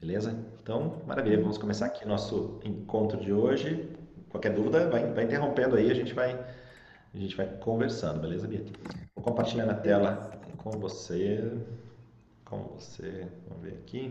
Beleza? Então, maravilha, vamos começar aqui nosso encontro de hoje. Qualquer dúvida, vai interrompendo aí, a gente vai conversando, beleza, Bia? Vou compartilhar na Beleza. tela com você, vamos ver aqui.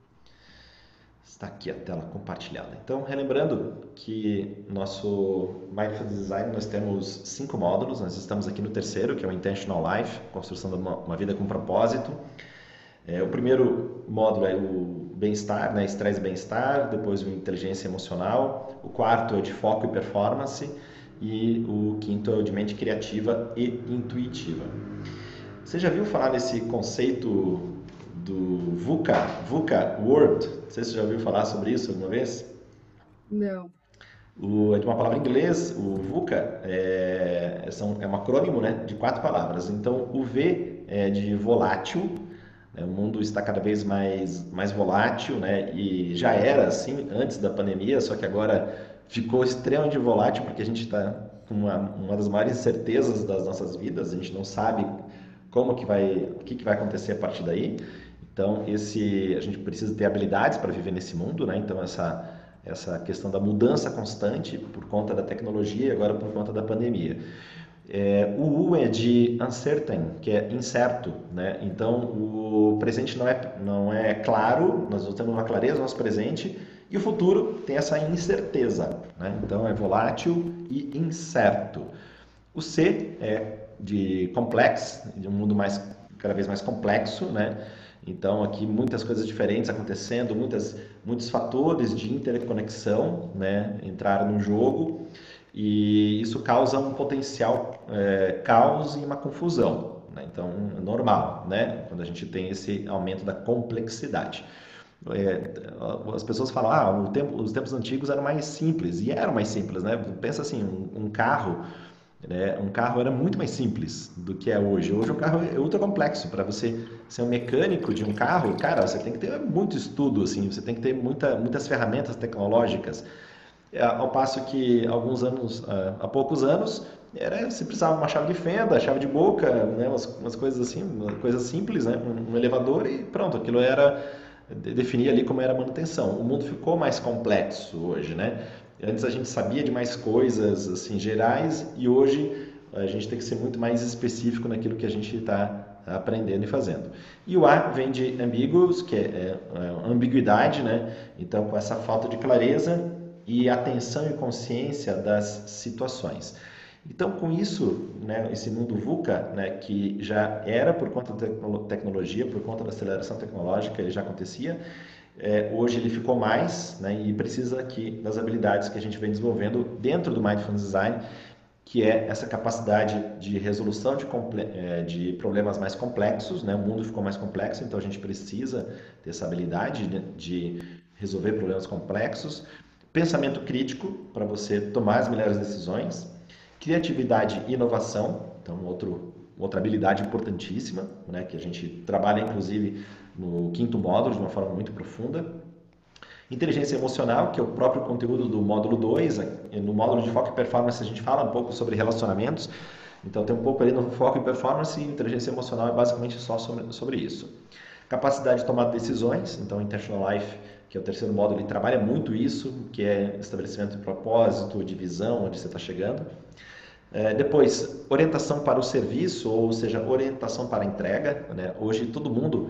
Está aqui a tela compartilhada. Então, relembrando que nosso Mindful Design, nós temos 5 módulos, nós estamos aqui no terceiro, que é o Intentional Life, construção de uma vida com propósito. O primeiro módulo é o bem-estar, né? Estresse e bem-estar, depois o inteligência emocional, o quarto é o de foco e performance e o quinto é o de mente criativa e intuitiva. Você já viu falar nesse conceito do VUCA, VUCA Word? Não sei se você já ouviu falar sobre isso alguma vez. Não. É de uma palavra em inglês, o VUCA é um acrônimo, né, de 4 palavras. Então, o V é de volátil, né, o mundo está cada vez mais volátil, né, e já era assim antes da pandemia, só que agora ficou extremamente volátil porque a gente está com uma das maiores incertezas das nossas vidas, a gente não sabe o que vai acontecer a partir daí. Então, a gente precisa ter habilidades para viver nesse mundo, né? Então, essa questão da mudança constante por conta da tecnologia e agora por conta da pandemia. O U é de uncertain, que é incerto, né? Então, o presente não é claro, nós não temos uma clareza no nosso presente, e o futuro tem essa incerteza, né? Então, é volátil e incerto. O C é de complexo, de um mundo cada vez mais complexo, né? Então, aqui muitas coisas diferentes acontecendo, muitos fatores de interconexão, né, entraram no jogo e isso causa um potencial caos e uma confusão, né? Então, é normal, né? Quando a gente tem esse aumento da complexidade. É, as pessoas falam, os tempos antigos eram mais simples, e eram mais simples, né? Pensa assim, um carro, né? Um carro era muito mais simples do que é hoje. Hoje um carro é ultra complexo. Para você ser um mecânico de um carro, cara, você tem que ter muito estudo, assim, você tem que ter muitas ferramentas tecnológicas. Ao passo que há poucos anos, você precisava de uma chave de fenda, chave de boca, né, umas coisas assim, uma coisa simples, né, um elevador e pronto, aquilo definia ali como era a manutenção. O mundo ficou mais complexo hoje, né? Antes a gente sabia de mais coisas assim gerais e hoje a gente tem que ser muito mais específico naquilo que a gente está aprendendo e fazendo. E o A vem de ambíguos, que é ambiguidade, né? Então, com essa falta de clareza e atenção e consciência das situações. Então, com isso, né, esse mundo VUCA, né, que já era por conta da tecnologia, por conta da aceleração tecnológica, ele já acontecia, hoje ele ficou mais, né, e precisa aqui das habilidades que a gente vem desenvolvendo dentro do Mindfulness Design, que é essa capacidade de resolução de problemas mais complexos, né? O mundo ficou mais complexo, então a gente precisa ter essa habilidade de resolver problemas complexos, pensamento crítico para você tomar as melhores decisões, criatividade e inovação, então outra habilidade importantíssima, né? Que a gente trabalha inclusive no quinto módulo de uma forma muito profunda. Inteligência emocional, que é o próprio conteúdo do módulo 2. No módulo de foco e performance a gente fala um pouco sobre relacionamentos, então tem um pouco ali no foco e performance, e inteligência emocional é basicamente só sobre isso. Capacidade de tomar decisões, então Intentional Life, que é o terceiro módulo, ele trabalha muito isso, que é estabelecimento de propósito, de visão, onde você está chegando. Depois, orientação para o serviço, ou seja, orientação para a entrega, né? Hoje todo mundo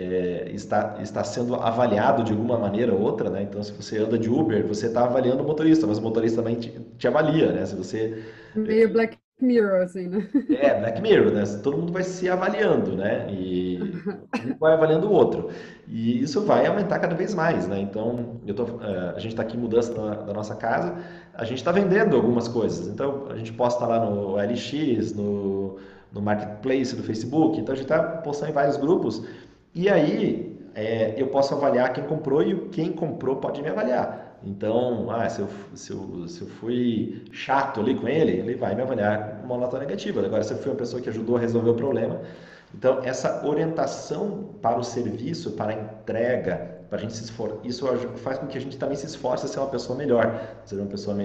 está sendo avaliado de alguma maneira ou outra, né? Então, se você anda de Uber, você está avaliando o motorista, mas o motorista também te avalia, né? Se você Meio Black Mirror, assim, né? Black Mirror, né? Todo mundo vai se avaliando, né? E um vai avaliando o outro. E isso vai aumentar cada vez mais, né? Então, a gente está aqui em mudança da nossa casa, a gente está vendendo algumas coisas. Então, a gente posta lá no LX, no Marketplace do Facebook. Então, a gente está postando em vários grupos. E aí, eu posso avaliar quem comprou e quem comprou pode me avaliar. Então, se eu fui chato ali com ele, ele vai me avaliar com uma nota negativa. Agora, se eu fui uma pessoa que ajudou a resolver o problema, então essa orientação para o serviço, para a entrega, para a gente se esforçar, isso faz com que a gente também se esforce a ser uma pessoa melhor, ser uma pessoa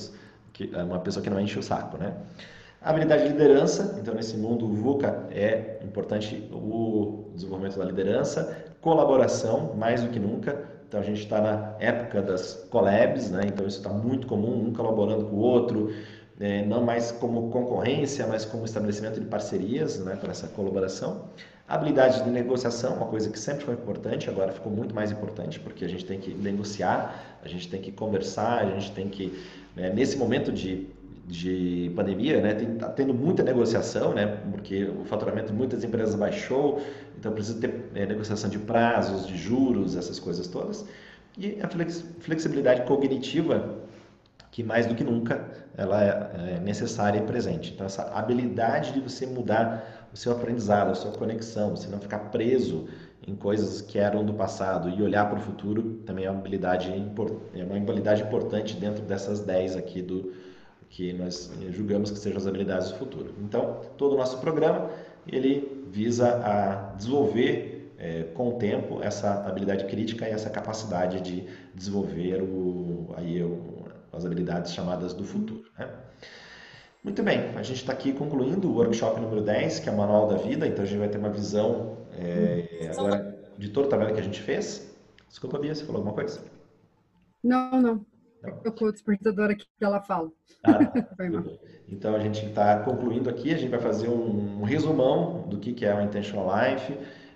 uma pessoa que não enche o saco, né? A habilidade de liderança, então nesse mundo o VUCA é importante o desenvolvimento da liderança, colaboração, mais do que nunca, Então a gente está na época das collabs, né? Então isso está muito comum, um colaborando com o outro, não mais como concorrência, mas como estabelecimento de parcerias, né, para essa colaboração. A habilidade de negociação, uma coisa que sempre foi importante, agora ficou muito mais importante, porque a gente tem que negociar, a gente tem que conversar, a gente tem que, nesse momento de pandemia, né, tá tendo muita negociação, né, porque o faturamento de muitas empresas baixou, então precisa ter negociação de prazos, de juros, essas coisas todas. E a flexibilidade cognitiva, que mais do que nunca ela é necessária e presente. Então, essa habilidade de você mudar o seu aprendizado, a sua conexão, você não ficar preso em coisas que eram do passado e olhar para o futuro, também é uma habilidade importante dentro dessas 10 aqui que nós julgamos que sejam as habilidades do futuro. Então, todo o nosso programa, ele visa a desenvolver com o tempo essa habilidade crítica e essa capacidade de desenvolver as habilidades chamadas do futuro. Né? Muito bem, a gente está aqui concluindo o workshop número 10, que é o Manual da Vida, então a gente vai ter uma visão agora de todo o trabalho que a gente fez. Desculpa, Bia, você falou alguma coisa? Não, não. Não. Tocou o despertador aqui que ela fala. Ah, tá. Foi Tudo mal. bem. Então a gente está concluindo aqui, a gente vai fazer um resumão do que é o Intentional Life.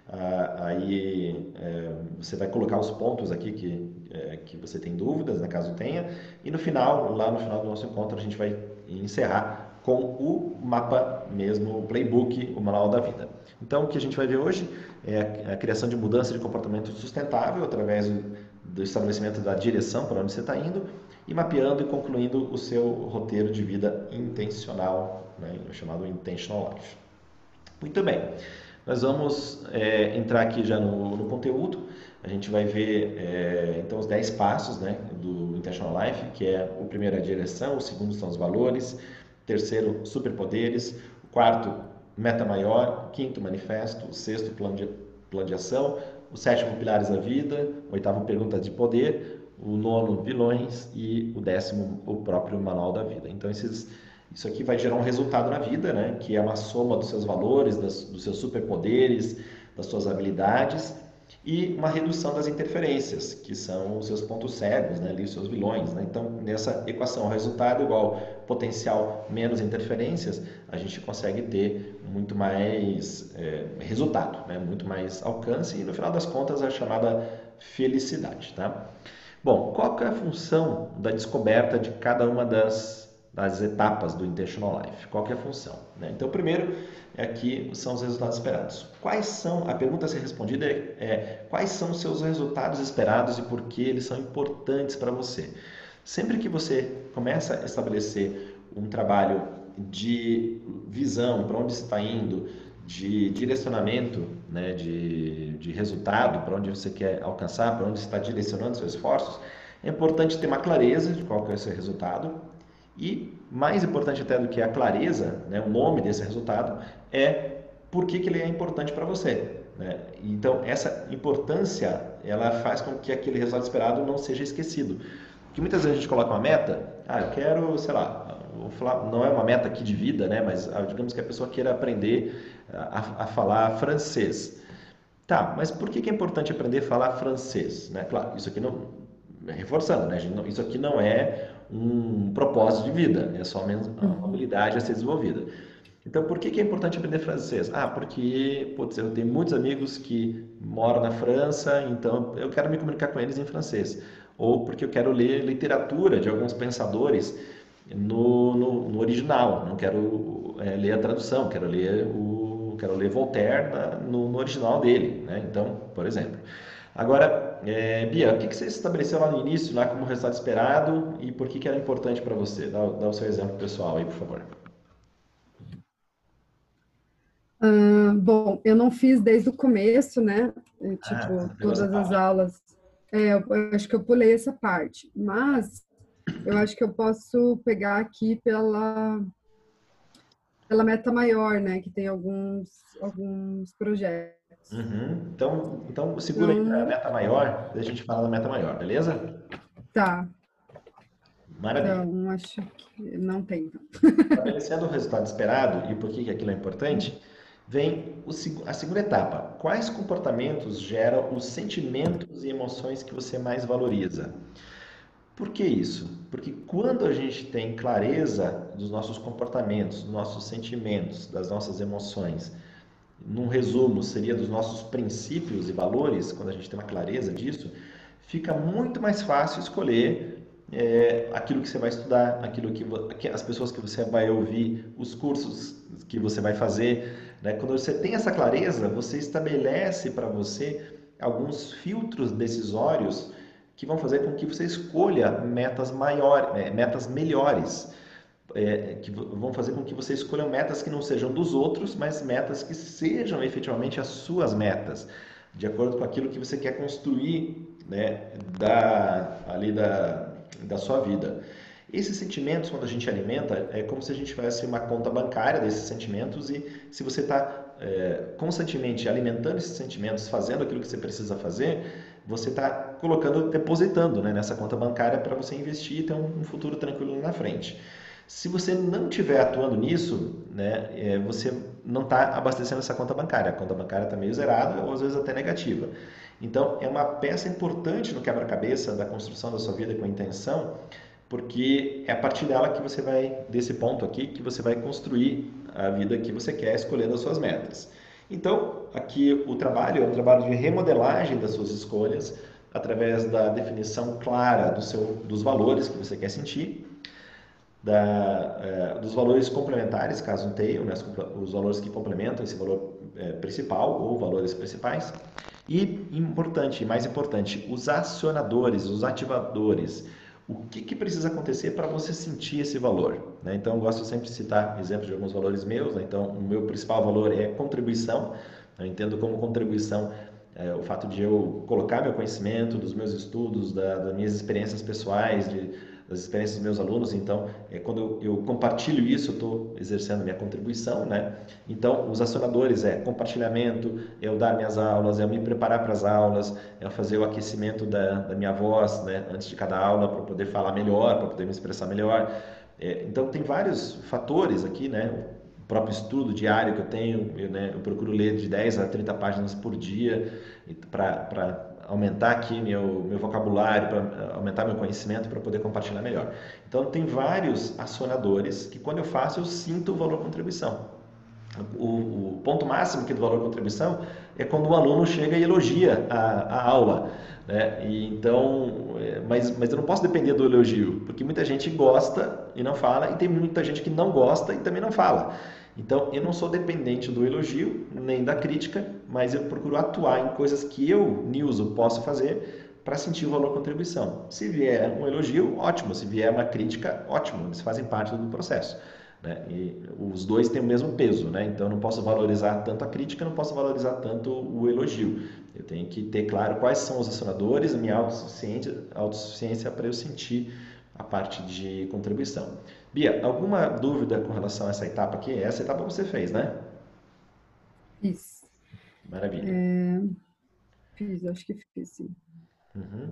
Você vai colocar os pontos aqui que você tem dúvidas, né, caso tenha. E no final, lá no final do nosso encontro, a gente vai encerrar com o mapa mesmo, o playbook, o manual da vida. Então o que a gente vai ver hoje é a criação de mudança de comportamento sustentável através do estabelecimento da direção para onde você está indo e mapeando e concluindo o seu roteiro de vida intencional, né, chamado Intentional Life. Muito bem, nós vamos entrar aqui já no conteúdo. A gente vai ver então os 10 passos, né, do Intentional Life, que é o primeiro é a direção, o segundo são os valores, o terceiro superpoderes, o quarto meta maior, o quinto manifesto, o sexto plano de ação, o sétimo pilares da vida, o oitavo pergunta de poder, o nono vilões e o décimo o próprio manual da vida. Então isso aqui vai gerar um resultado na vida, né? Que é uma soma dos seus valores, dos seus superpoderes, das suas habilidades e uma redução das interferências, que são os seus pontos cegos, né? Ali, os seus vilões. Né? Então, nessa equação, resultado igual potencial menos interferências, a gente consegue ter muito mais resultado, né? Muito mais alcance e, no final das contas, a chamada felicidade. Tá? Bom, qual que é a função da descoberta de cada uma das etapas do Intentional Life? Qual que é a função? Né? Então, primeiro, aqui são os resultados esperados. A pergunta a ser respondida quais são os seus resultados esperados e por que eles são importantes para você? Sempre que você começa a estabelecer um trabalho de visão, para onde você está indo, de direcionamento, né, de resultado, para onde você quer alcançar, para onde você está direcionando seus esforços, é importante ter uma clareza de qual que é o seu resultado e, mais importante até do que a clareza, né, o nome desse resultado, é por que ele é importante para você. Né? Então, essa importância, ela faz com que aquele resultado esperado não seja esquecido. Porque muitas vezes a gente coloca uma meta, eu quero, sei lá, vou falar, não é uma meta aqui de vida, né? Mas digamos que a pessoa queira aprender a falar francês. Tá, mas por que é importante aprender a falar francês? Né? Claro, isso aqui não, reforçando, né? Isso aqui não é um propósito de vida, é só uma habilidade a ser desenvolvida. Então, por que é importante aprender francês? Porque, putz, eu tenho muitos amigos que moram na França, então eu quero me comunicar com eles em francês. Ou porque eu quero ler literatura de alguns pensadores no original, não quero ler a tradução, quero ler Voltaire no original dele, né? Então, por exemplo. Agora, Bia, o que você estabeleceu lá no início, lá como resultado esperado e por que era importante para você? Dá o seu exemplo pessoal aí, por favor. Bom, eu não fiz desde o começo, né? Você Tipo, pegou essa todas as parte. aulas. Eu acho que eu pulei essa parte. Mas eu acho que eu posso pegar aqui pela meta maior, né? Que tem alguns projetos. Uhum. Então, segura aí a Então, meta maior, daí a gente fala da meta maior, beleza? tá. Maravilha. Então, acho que não tem. Estabelecendo o resultado esperado e por que aquilo é importante, Vem a segunda etapa. Quais comportamentos geram os sentimentos e emoções que você mais valoriza? Por que isso? Porque quando a gente tem clareza dos nossos comportamentos, dos nossos sentimentos, das nossas emoções, num resumo, seria dos nossos princípios e valores, quando a gente tem uma clareza disso, fica muito mais fácil escolher aquilo que você vai estudar, as pessoas que você vai ouvir, os cursos que você vai fazer. Né? Quando você tem essa clareza, você estabelece para você alguns filtros decisórios que vão fazer com que você escolha metas maiores, metas melhores, que vão fazer com que você escolha metas que não sejam dos outros, mas metas que sejam efetivamente as suas metas, de acordo com aquilo que você quer construir, né, da sua vida. Esses sentimentos, quando a gente alimenta, é como se a gente tivesse uma conta bancária desses sentimentos e se você está constantemente alimentando esses sentimentos, fazendo aquilo que você precisa fazer, você está colocando, depositando, né, nessa conta bancária para você investir e ter um futuro tranquilo na frente. Se você não estiver atuando nisso, né, você não está abastecendo essa conta bancária. A conta bancária está meio zerada ou às vezes até negativa. Então, é uma peça importante no quebra-cabeça da construção da sua vida com intenção, porque é a partir dela que você vai, desse ponto aqui, que você vai construir a vida que você quer, escolhendo as suas metas. Então, aqui o trabalho é um trabalho de remodelagem das suas escolhas, através da definição clara dos valores que você quer sentir, dos valores complementares, caso tenham, né, os valores que complementam esse valor principal ou valores principais. E importante, mais importante, os acionadores, os ativadores. O que precisa acontecer para você sentir esse valor? Né? Então, eu gosto sempre de citar exemplos de alguns valores meus. Né? Então, o meu principal valor é contribuição. Eu entendo como contribuição o fato de eu colocar meu conhecimento, dos meus estudos, das minhas experiências pessoais, das experiências dos meus alunos. Então, quando eu compartilho isso, eu estou exercendo a minha contribuição, né? Então, os acionadores é compartilhamento, é eu dar minhas aulas, é eu me preparar para as aulas, é eu fazer o aquecimento da minha voz, né, antes de cada aula, para poder falar melhor, para poder me expressar melhor. Então, tem vários fatores aqui, né? O próprio estudo diário que eu tenho, eu procuro ler de 10 a 30 páginas por dia para aumentar aqui meu vocabulário, para aumentar meu conhecimento, para poder compartilhar melhor. Então, tem vários acionadores que quando eu faço, eu sinto o valor contribuição. O ponto máximo aqui do valor contribuição é quando o aluno chega e elogia a aula. Né? Mas eu não posso depender do elogio, porque muita gente gosta e não fala, e tem muita gente que não gosta e também não fala. Então, eu não sou dependente do elogio, nem da crítica, mas eu procuro atuar em coisas que eu, Nilson, posso fazer para sentir o valor contribuição. Se vier um elogio, ótimo. Se vier uma crítica, ótimo. Eles fazem parte do processo. Né? E os dois têm o mesmo peso, né? Então, eu não posso valorizar tanto a crítica, não posso valorizar tanto o elogio. Eu tenho que ter claro quais são os acionadores, a minha autossuficiência para eu sentir a parte de contribuição. Bia, alguma dúvida com relação a essa etapa aqui? Essa etapa você fez, né? Fiz. Maravilha. Fiz, acho que fiz, sim. Uhum.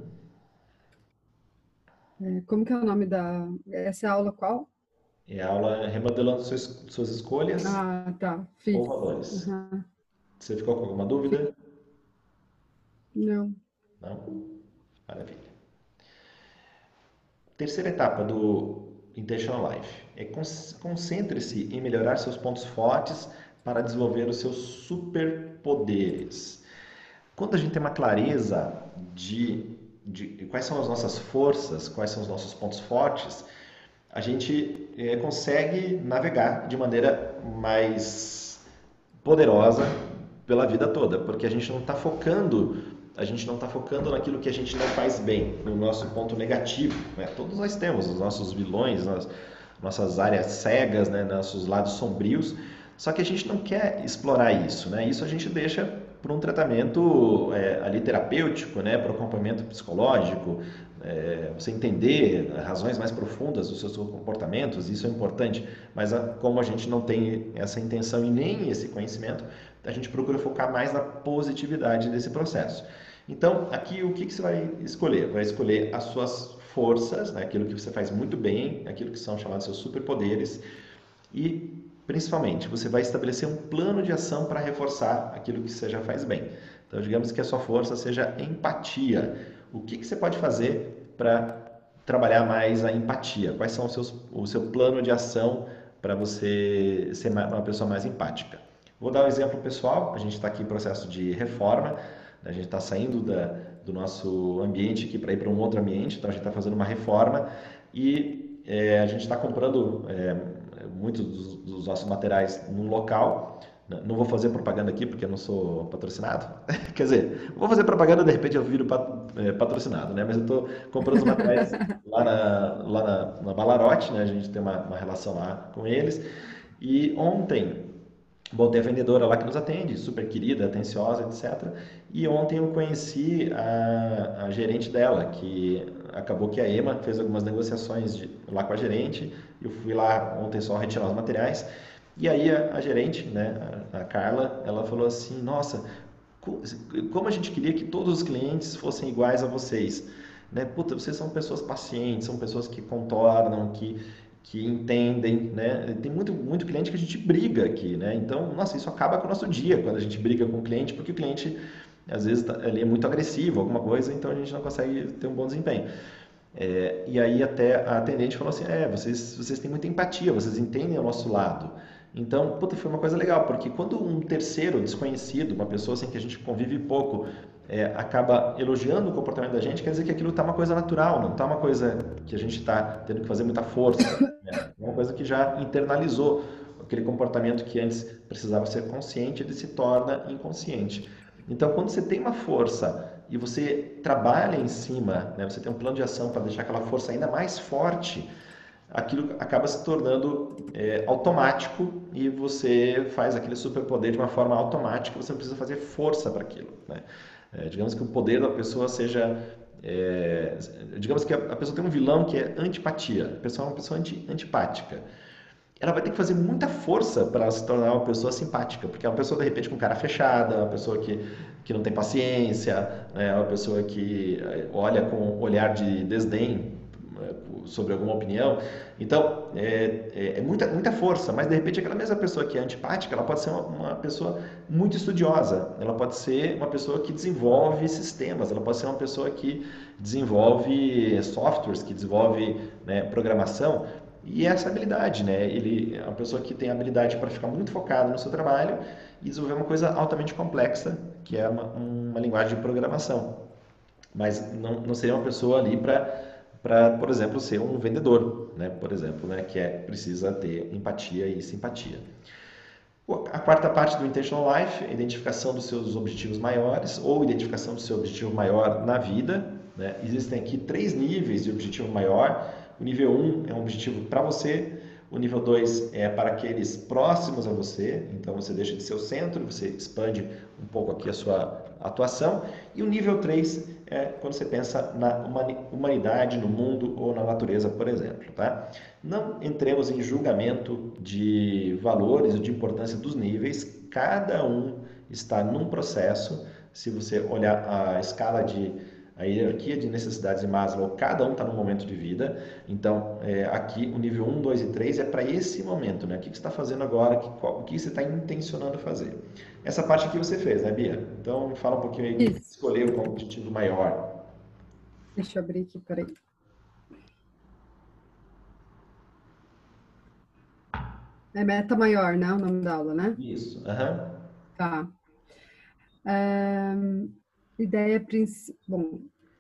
Como que é o nome da... Essa é a aula qual? É a aula remodelando suas escolhas Ah, tá. ou Fiz. valores. Uhum. Você ficou com alguma Fiz. dúvida? Não. Não? Maravilha. Terceira etapa do Intentional Life é concentre-se em melhorar seus pontos fortes para desenvolver os seus superpoderes. Quando a gente tem uma clareza de quais são as nossas forças, quais são os nossos pontos fortes, a gente consegue navegar de maneira mais poderosa pela vida toda, porque a gente não está focando naquilo que a gente não faz bem, no nosso ponto negativo. Né? Todos nós temos os nossos vilões, nossas áreas cegas, né? Nossos lados sombrios, só que a gente não quer explorar isso. Né? Isso a gente deixa para um tratamento ali terapêutico, né? Para um acompanhamento psicológico, você entender razões mais profundas dos seus comportamentos, isso é importante, mas como a gente não tem essa intenção e nem esse conhecimento, a gente procura focar mais na positividade desse processo. Então, aqui o que você vai escolher? Vai escolher as suas forças, né? Aquilo que você faz muito bem, aquilo que são chamados seus superpoderes, e principalmente, você vai estabelecer um plano de ação para reforçar aquilo que você já faz bem. Então, digamos que a sua força seja empatia. O que você pode fazer para trabalhar mais a empatia? Quais são o seu plano de ação para você ser uma pessoa mais empática? Vou dar um exemplo pessoal. A gente está aqui em processo de reforma. A gente está saindo do nosso ambiente aqui para ir para um outro ambiente. Então, a gente está fazendo uma reforma e a gente está comprando muitos dos nossos materiais num local. Não vou fazer propaganda aqui porque eu não sou patrocinado. Quer dizer, vou fazer propaganda, de repente eu viro patrocinado, né? Mas eu estou comprando os materiais lá na Balarote, né? A gente tem uma relação lá com eles. E ontem, bom, tem a vendedora lá que nos atende, super querida, atenciosa, etc. E ontem eu conheci a gerente dela, que acabou que a Ema fez algumas negociações lá com a gerente. Eu fui lá ontem só retirar os materiais. E aí a gerente, né, a Carla, ela falou assim, nossa, como a gente queria que todos os clientes fossem iguais a vocês, né? Puta, vocês são pessoas pacientes, são pessoas que contornam, que entendem, né? Tem muito cliente que a gente briga aqui, né? Então, nossa, isso acaba com o nosso dia quando a gente briga com o cliente, porque o cliente às vezes ele é muito agressivo, alguma coisa, então a gente não consegue ter um bom desempenho. E aí até a atendente falou assim, vocês têm muita empatia, vocês entendem o nosso lado. Então, puta, foi uma coisa legal, porque quando um terceiro desconhecido, uma pessoa assim que a gente convive pouco, acaba elogiando o comportamento da gente, quer dizer que aquilo está uma coisa natural, não está uma coisa que a gente está tendo que fazer muita força, né? É uma coisa que já internalizou. Aquele comportamento que antes precisava ser consciente, ele se torna inconsciente. Então, quando você tem uma força e você trabalha em cima, né, você tem um plano de ação para deixar aquela força ainda mais forte, aquilo acaba se tornando automático e você faz aquele superpoder de uma forma automática, você não precisa fazer força para aquilo, né? Digamos que o poder da pessoa seja... digamos que a pessoa tem um vilão que é antipatia, a pessoa é uma pessoa antipática. Ela vai ter que fazer muita força para se tornar uma pessoa simpática, porque é uma pessoa de repente com cara fechada, uma pessoa que não tem paciência, né? Uma pessoa que olha com olhar de desdém sobre alguma opinião. Então, é muita força, mas de repente aquela mesma pessoa que é antipática, ela pode ser uma pessoa muito estudiosa, ela pode ser uma pessoa que desenvolve sistemas, ela pode ser uma pessoa que desenvolve softwares, que desenvolve, né, programação. E essa habilidade, né? Ele é uma pessoa que tem habilidade para ficar muito focado no seu trabalho e desenvolver uma coisa altamente complexa, que é uma linguagem de programação. Mas não seria uma pessoa ali por exemplo, ser um vendedor, né? Por exemplo, né? Que precisa ter empatia e simpatia. A quarta parte do Intentional Life é a identificação dos seus objetivos maiores ou identificação do seu objetivo maior na vida, né? Existem aqui 3 níveis de objetivo maior. O nível 1 é um objetivo para você, o nível 2 é para aqueles próximos a você, então você deixa de ser o centro, você expande um pouco aqui a sua atuação, e o nível 3 é quando você pensa na humanidade, no mundo ou na natureza, por exemplo, tá? Não entremos em julgamento de valores ou de importância dos níveis, cada um está num processo. Se você olhar a hierarquia de necessidades de Maslow, cada um está num momento de vida. Então, aqui o nível 1, 2 e 3 é para esse momento, né? O que você está fazendo agora, o que você está intencionando fazer. Essa parte aqui você fez, né, Bia? Então, me fala um pouquinho aí, o que você Isso. escolheu como objetivo maior. Deixa eu abrir aqui, peraí. É meta maior, né? O nome da aula, né? Isso, aham. Tá. Ideia principal. Bom,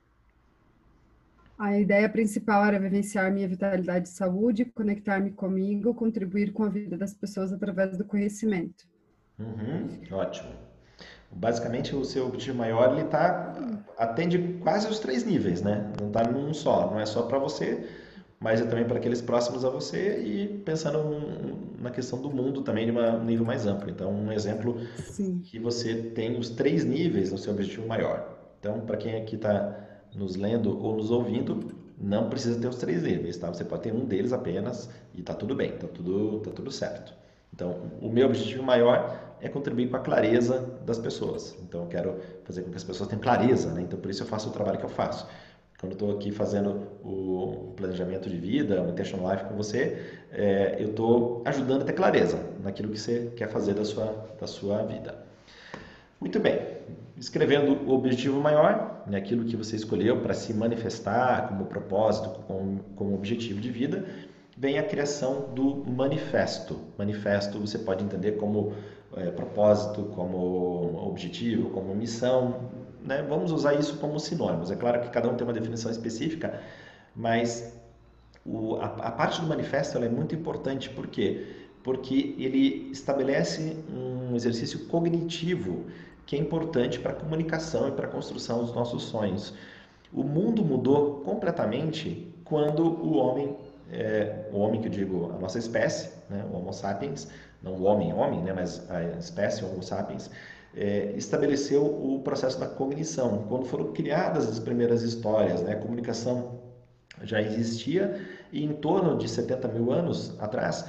a ideia principal era vivenciar minha vitalidade e saúde, conectar-me comigo, contribuir com a vida das pessoas através do conhecimento. Ótimo. Basicamente, o seu objetivo maior, ele atende quase os 3 níveis, né? Não está num só, não é só para você, mas é também para aqueles próximos a você e pensando na questão do mundo também de um nível mais amplo. Então, um exemplo Sim. que você tem os 3 níveis no seu objetivo maior. Então, para quem aqui está nos lendo ou nos ouvindo, não precisa ter os 3 níveis, tá? Você pode ter um deles apenas e está tudo bem, está tudo certo. Então, o meu objetivo maior é contribuir com a clareza das pessoas. Então, eu quero fazer com que as pessoas tenham clareza, né? Então, por isso eu faço o trabalho que eu faço. quando eu estou aqui fazendo o planejamento de vida, o Intentional Life com você, eu estou ajudando a ter clareza naquilo que você quer fazer da sua vida. Muito bem, escrevendo o objetivo maior, né, aquilo que você escolheu para se manifestar como propósito, como objetivo de vida, vem a criação do manifesto. Manifesto você pode entender como propósito, como objetivo, como missão, né? Vamos usar isso como sinônimos. É claro que cada um tem uma definição específica, mas a parte do manifesto ela é muito importante. Por quê? Porque ele estabelece um exercício cognitivo que é importante para a comunicação e para a construção dos nossos sonhos. O mundo mudou completamente quando o homem que eu digo, a nossa espécie, né, o Homo sapiens, não o homem, né, mas a espécie Homo sapiens, estabeleceu o processo da cognição. Quando foram criadas as primeiras histórias, né, a comunicação já existia e em torno de 70 mil anos atrás,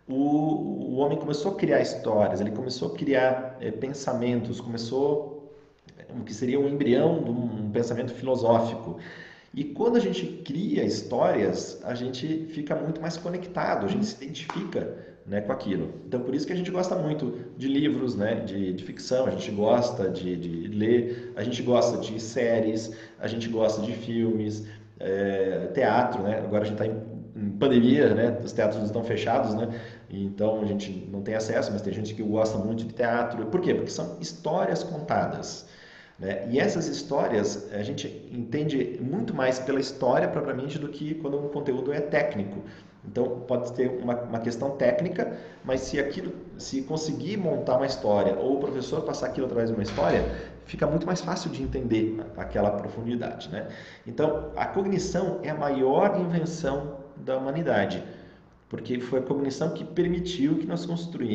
o homem começou a criar histórias, ele começou a criar pensamentos, começou o que seria um embrião de um pensamento filosófico. E quando a gente cria histórias, a gente fica muito mais conectado, a gente se identifica, né, com aquilo. Então, por isso que a gente gosta muito de livros, né, de ficção, a gente gosta de ler, a gente gosta de séries, a gente gosta de filmes, teatro, né? Agora a gente está em pandemia, né? Os teatros estão fechados, né? Então a gente não tem acesso, mas tem gente que gosta muito de teatro. Por quê? Porque são histórias contadas, né? E essas histórias a gente entende muito mais pela história propriamente do que quando um conteúdo é técnico. Então pode ter uma questão técnica, mas se conseguir montar uma história ou o professor passar aquilo através de uma história, fica muito mais fácil de entender aquela profundidade, né? Então a cognição é a maior invenção da humanidade, porque foi a cognição que permitiu que nós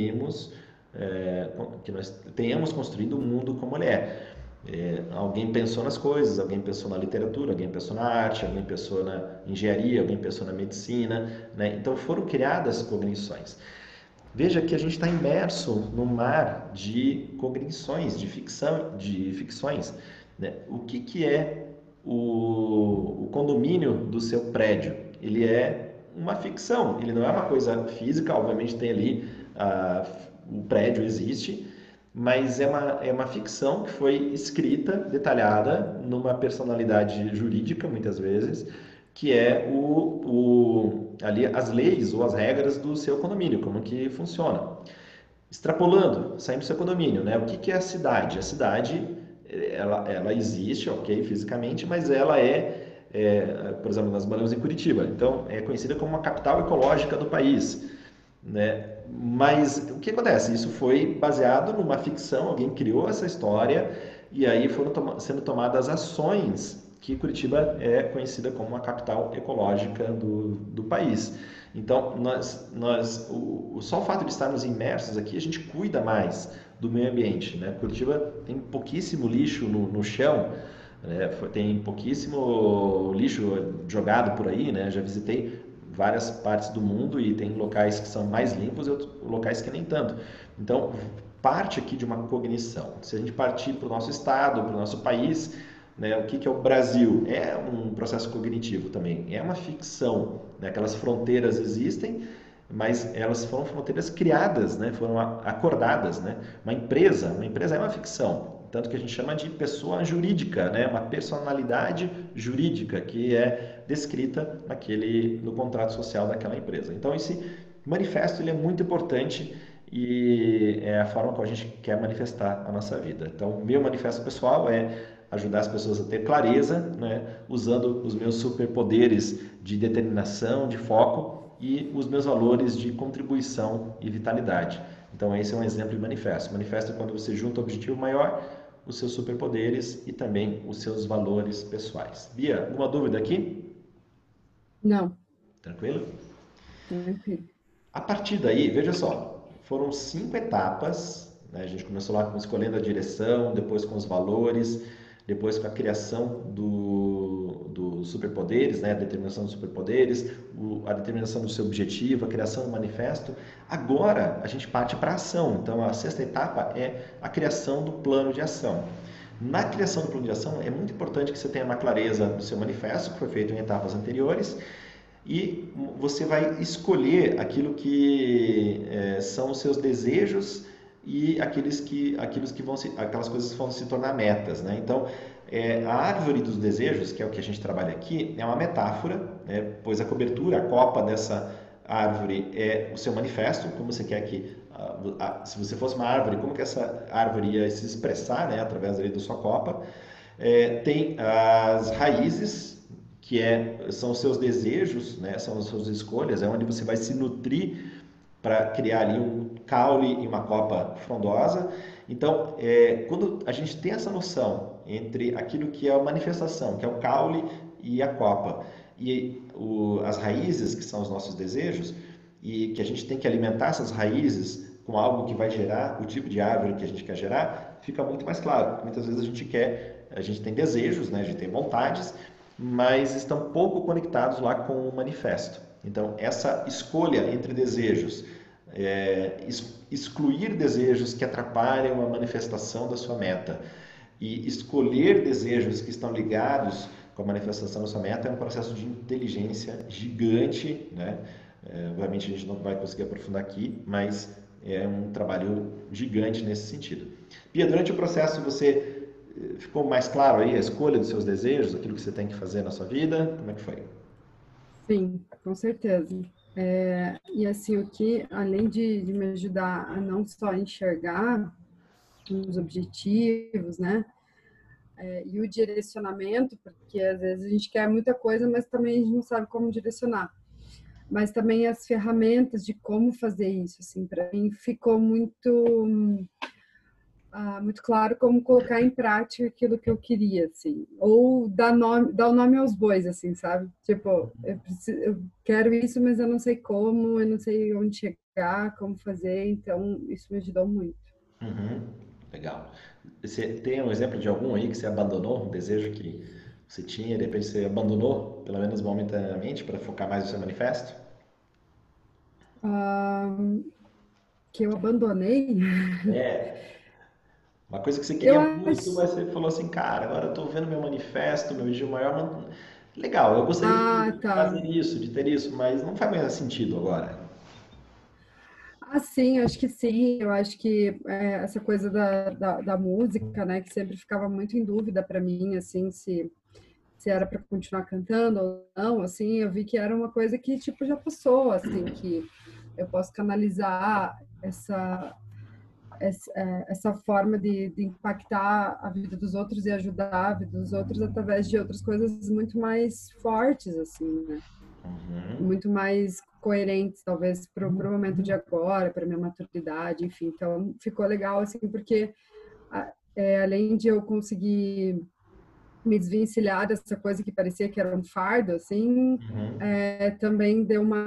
que nós tenhamos construído o mundo como ele é. Alguém pensou nas coisas, alguém pensou na literatura, alguém pensou na arte, alguém pensou na engenharia, alguém pensou na medicina, né? Então foram criadas cognições. Veja que a gente está imerso no mar de cognições, de ficções, né? O que é o condomínio do seu prédio? Ele é uma ficção, ele não é uma coisa física, obviamente tem ali, o prédio existe, mas é uma ficção que foi escrita, detalhada, numa personalidade jurídica, muitas vezes, que é ali as leis ou as regras do seu condomínio, como que funciona. Extrapolando, saindo do seu condomínio, né? O que é a cidade? A cidade, ela existe, ok, fisicamente, mas ela por exemplo, nós moramos em Curitiba, então é conhecida como uma capital ecológica do país, né? Mas o que acontece? Isso foi baseado numa ficção, alguém criou essa história e aí foram sendo tomadas ações que Curitiba é conhecida como uma capital ecológica do país. Então, só o fato de estarmos imersos aqui, a gente cuida mais do meio ambiente, né? Curitiba tem pouquíssimo lixo no chão, né? Tem pouquíssimo lixo jogado por aí, né? Já visitei várias partes do mundo e tem locais que são mais limpos e outros locais que nem tanto. Então, parte aqui de uma cognição. Se a gente partir para o nosso estado, para o nosso país, né, o que é o Brasil? É um processo cognitivo também, é uma ficção, né? Aquelas fronteiras existem, mas elas foram fronteiras criadas, né? Foram acordadas, né? Uma empresa é uma ficção, tanto que a gente chama de pessoa jurídica, né? Uma personalidade jurídica que é descrita no contrato social daquela empresa. Então esse manifesto ele é muito importante e é a forma como a gente quer manifestar a nossa vida. Então o meu manifesto pessoal é ajudar as pessoas a ter clareza, né? Usando os meus superpoderes de determinação, de foco e os meus valores de contribuição e vitalidade. Então esse é um exemplo de manifesto. Manifesto é quando você junta o objetivo maior, os seus superpoderes e também os seus valores pessoais. Bia, alguma dúvida aqui? Não, Tranquilo? tranquilo. A partir daí, veja só, foram 5 etapas, né? A gente começou lá escolhendo a direção, depois com os valores, depois com a criação dos superpoderes, né? A determinação dos superpoderes, a determinação do seu objetivo, a criação do manifesto. Agora a gente parte para a ação. Então a 6ª etapa é a criação do plano de ação. Na criação do plano de ação, é muito importante que você tenha uma clareza do seu manifesto, que foi feito em etapas anteriores, e você vai escolher aquilo que são os seus desejos e aquelas coisas que vão se tornar metas, né? Então, a árvore dos desejos, que é o que a gente trabalha aqui, é uma metáfora, né? Pois a cobertura, a copa dessa árvore é o seu manifesto, como você quer que, se você fosse uma árvore, como que essa árvore ia se expressar, né? Através ali da sua copa. Tem as raízes, que são os seus desejos, né? São as suas escolhas, é onde você vai se nutrir para criar ali um caule e uma copa frondosa. Então, quando a gente tem essa noção entre aquilo que é a manifestação, que é o caule e a copa, e as raízes, que são os nossos desejos, e que a gente tem que alimentar essas raízes com algo que vai gerar o tipo de árvore que a gente quer gerar, fica muito mais claro. Muitas vezes a gente tem desejos, né? A gente tem vontades, mas estão pouco conectados lá com o manifesto. Então, essa escolha entre desejos, excluir desejos que atrapalham a manifestação da sua meta e escolher desejos que estão ligados com a manifestação da sua meta é um processo de inteligência gigante, né? Obviamente a gente não vai conseguir aprofundar aqui, mas é um trabalho gigante nesse sentido. Pia, durante o processo você ficou mais claro aí a escolha dos seus desejos, aquilo que você tem que fazer na sua vida? Como é que foi? Sim, com certeza. E assim, o que, além de me ajudar a não só enxergar os objetivos, né? E o direcionamento, porque às vezes a gente quer muita coisa, mas também a gente não sabe como direcionar. Mas também as ferramentas de como fazer isso, assim, para mim ficou muito claro como colocar em prática aquilo que eu queria, assim, ou dar o nome aos bois, assim, sabe? Tipo, eu quero isso, mas eu não sei como, eu não sei onde chegar, como fazer, então isso me ajudou muito. Uhum, legal. Você tem um exemplo de algum aí que você abandonou, um desejo que você tinha e de repente você abandonou, pelo menos momentaneamente, para focar mais no seu manifesto? Ah, que eu abandonei, É, uma coisa que você eu queria muito, acho. mas você falou assim, cara, agora eu estou vendo meu manifesto, meu vídeo maior, legal, eu gostaria Ah, de tá. fazer isso, de ter isso, mas não faz mais sentido agora. Ah, sim, acho que sim. Eu acho que essa coisa da música, né, que sempre ficava muito em dúvida para mim, assim, se era para continuar cantando ou não, assim, eu vi que era uma coisa que, tipo, já passou, assim, que eu posso canalizar essa forma de impactar a vida dos outros e ajudar a vida dos outros através de outras coisas muito mais fortes, assim, né? Uhum. Muito mais coerentes, talvez, para o momento de agora, para minha maturidade, enfim. Então, ficou legal, assim, porque além de eu conseguir me desvencilhar dessa coisa que parecia que era um fardo, assim, Uhum. também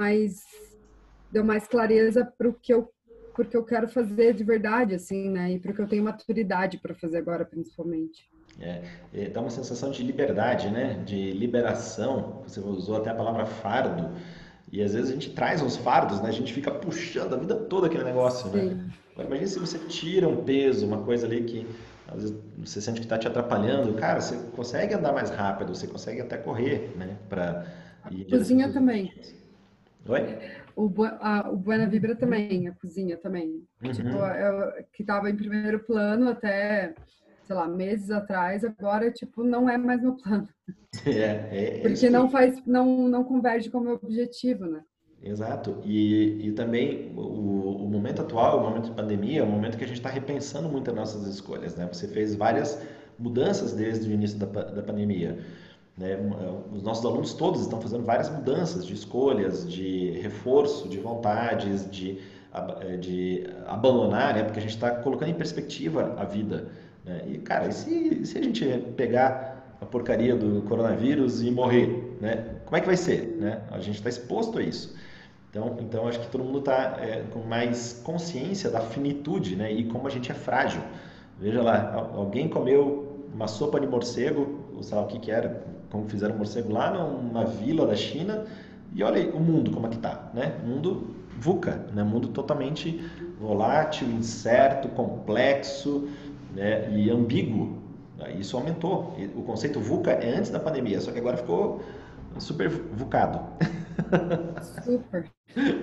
deu mais clareza para o que porque eu quero fazer de verdade, assim, né? E porque eu tenho maturidade para fazer agora, principalmente. Dá uma sensação de liberdade, né? De liberação. Você usou até a palavra fardo. E às vezes a gente traz uns fardos, né? A gente fica puxando a vida toda aquele negócio, né? Sim. Agora imagine se você tira um peso, uma coisa ali que às vezes você sente que está te atrapalhando. Cara, você consegue andar mais rápido, você consegue até correr, né? Para ir em direção aos Cozinha seus também. objetivos. Oi? O Buena Vibra também, a cozinha também. Tipo, Uhum. que estava em primeiro plano até, sei lá, meses atrás, agora, tipo, não é mais meu plano. É isso Porque aí. não converge com o meu objetivo, né? Exato. E também o momento atual, o momento de pandemia, é um momento que a gente está repensando muito as nossas escolhas, né? Você fez várias mudanças desde o início da pandemia, né? Os nossos alunos todos estão fazendo várias mudanças de escolhas, de reforço, de vontades, de abandonar, né? Porque a gente está colocando em perspectiva a vida, né? E, cara, e se a gente pegar a porcaria do coronavírus e morrer, né? Como é que vai ser, né? A gente está exposto a isso. Então acho que todo mundo está com mais consciência da finitude, né? E como a gente é frágil. Veja lá, alguém comeu uma sopa de morcego, ou sei lá o que que era, como fizeram morcego lá numa vila da China, e olha aí o mundo como é que tá, né? Mundo VUCA, né? Mundo totalmente volátil, incerto, complexo, né? E ambíguo. Isso aumentou. O conceito VUCA é antes da pandemia, só que agora ficou super VUCado. Super.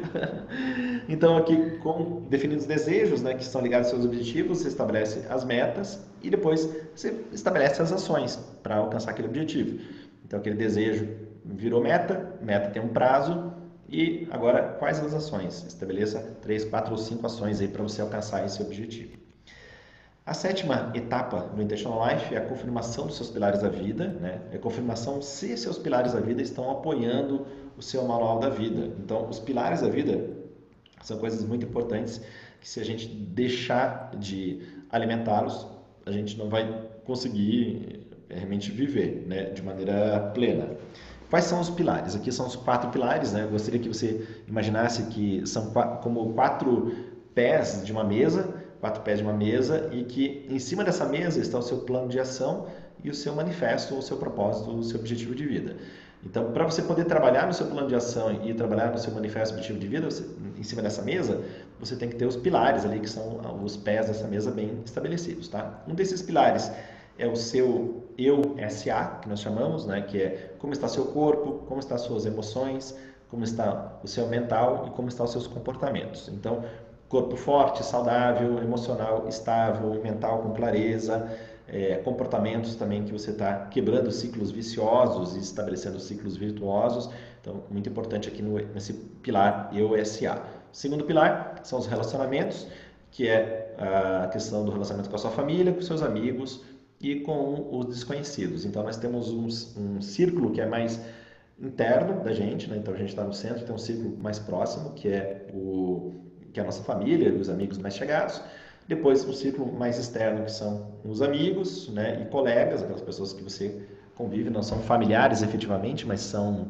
Então, aqui, com definidos desejos, né, que estão ligados aos seus objetivos, você estabelece as metas e depois você estabelece as ações para alcançar aquele objetivo. Então, aquele desejo virou meta, meta tem um prazo e agora quais as ações? Estabeleça 3, 4 ou 5 ações aí para você alcançar esse objetivo. A sétima etapa do Intentional Life é a confirmação dos seus pilares da vida, né? É a confirmação se seus pilares da vida estão apoiando o seu manual da vida. Então, os pilares da vida são coisas muito importantes que se a gente deixar de alimentá-los, a gente não vai conseguir realmente viver, né, de maneira plena. Quais são os pilares? Aqui são os 4 pilares, né? Eu gostaria que você imaginasse que são como 4 pés de uma mesa, 4 pés de uma mesa e que em cima dessa mesa está o seu plano de ação e o seu manifesto, o seu propósito, o seu objetivo de vida. Então, para você poder trabalhar no seu plano de ação e trabalhar no seu manifesto objetivo de vida, em cima dessa mesa, você tem que ter os pilares ali, que são os pés dessa mesa bem estabelecidos, tá? Um desses pilares é o seu eu SA, que nós chamamos, né? Que é como está seu corpo, como estão as suas emoções, como está o seu mental e como estão os seus comportamentos. Então, corpo forte, saudável, emocional estável, mental com clareza, comportamentos também que você está quebrando ciclos viciosos e estabelecendo ciclos virtuosos. Então, muito importante aqui nesse pilar Eu-SA. O segundo pilar são os relacionamentos, que é a questão do relacionamento com a sua família, com seus amigos e com os desconhecidos. Então, nós temos um círculo que é mais interno da gente, né? Então, a gente está no centro, tem um círculo mais próximo, que é a nossa família, os amigos mais chegados. Depois, o círculo mais externo, que são os amigos, né, e colegas, aquelas pessoas que você convive, não são familiares efetivamente, mas são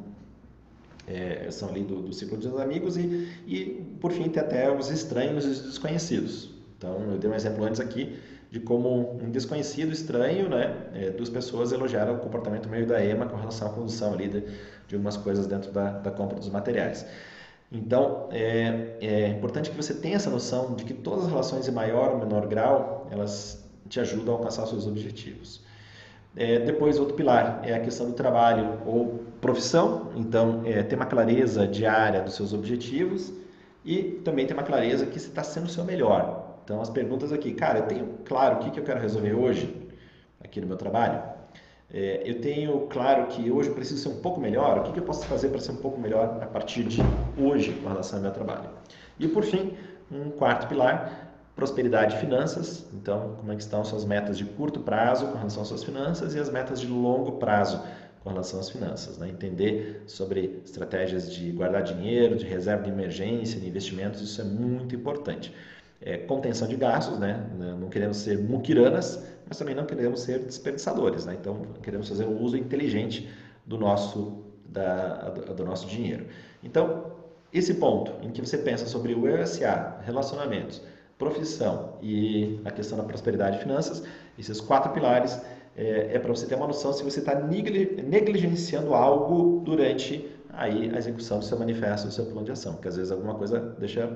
ali do círculo dos amigos. E, por fim, tem até os estranhos e os desconhecidos. Então, eu dei um exemplo antes aqui de como um desconhecido estranho, né, duas pessoas elogiaram o comportamento meio da Emma com relação à condução ali de algumas coisas dentro da compra dos materiais. Então, é importante que você tenha essa noção de que todas as relações, em maior ou menor grau, elas te ajudam a alcançar os seus objetivos. Depois, outro pilar é a questão do trabalho ou profissão. Então, ter uma clareza diária dos seus objetivos e também ter uma clareza que você está sendo o seu melhor. Então, as perguntas aqui, cara, eu tenho claro o que eu quero resolver hoje aqui no meu trabalho? Eu tenho claro que hoje eu preciso ser um pouco melhor. O que eu posso fazer para ser um pouco melhor a partir de hoje com relação ao meu trabalho? E por fim, um quarto pilar, prosperidade e finanças. Então, como é que estão suas metas de curto prazo com relação às suas finanças e as metas de longo prazo com relação às finanças, né? Entender sobre estratégias de guardar dinheiro, de reserva de emergência, de investimentos, isso é muito importante. Contenção de gastos, né? Não queremos ser muquiranas, mas também não queremos ser desperdiçadores, né? Então, queremos fazer um uso inteligente do nosso dinheiro. Então, esse ponto em que você pensa sobre o ESA, relacionamentos, profissão e a questão da prosperidade e finanças, esses 4 pilares, para você ter uma noção se você está negligenciando algo durante aí a execução do seu manifesto, do seu plano de ação, porque às vezes alguma coisa deixa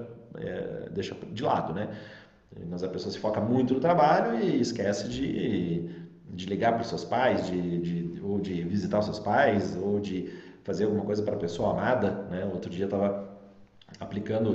de lado, né? Mas a pessoa se foca muito no trabalho e esquece de ligar para os seus pais, ou de visitar os seus pais, ou de fazer alguma coisa para a pessoa amada, né? Outro dia eu estava aplicando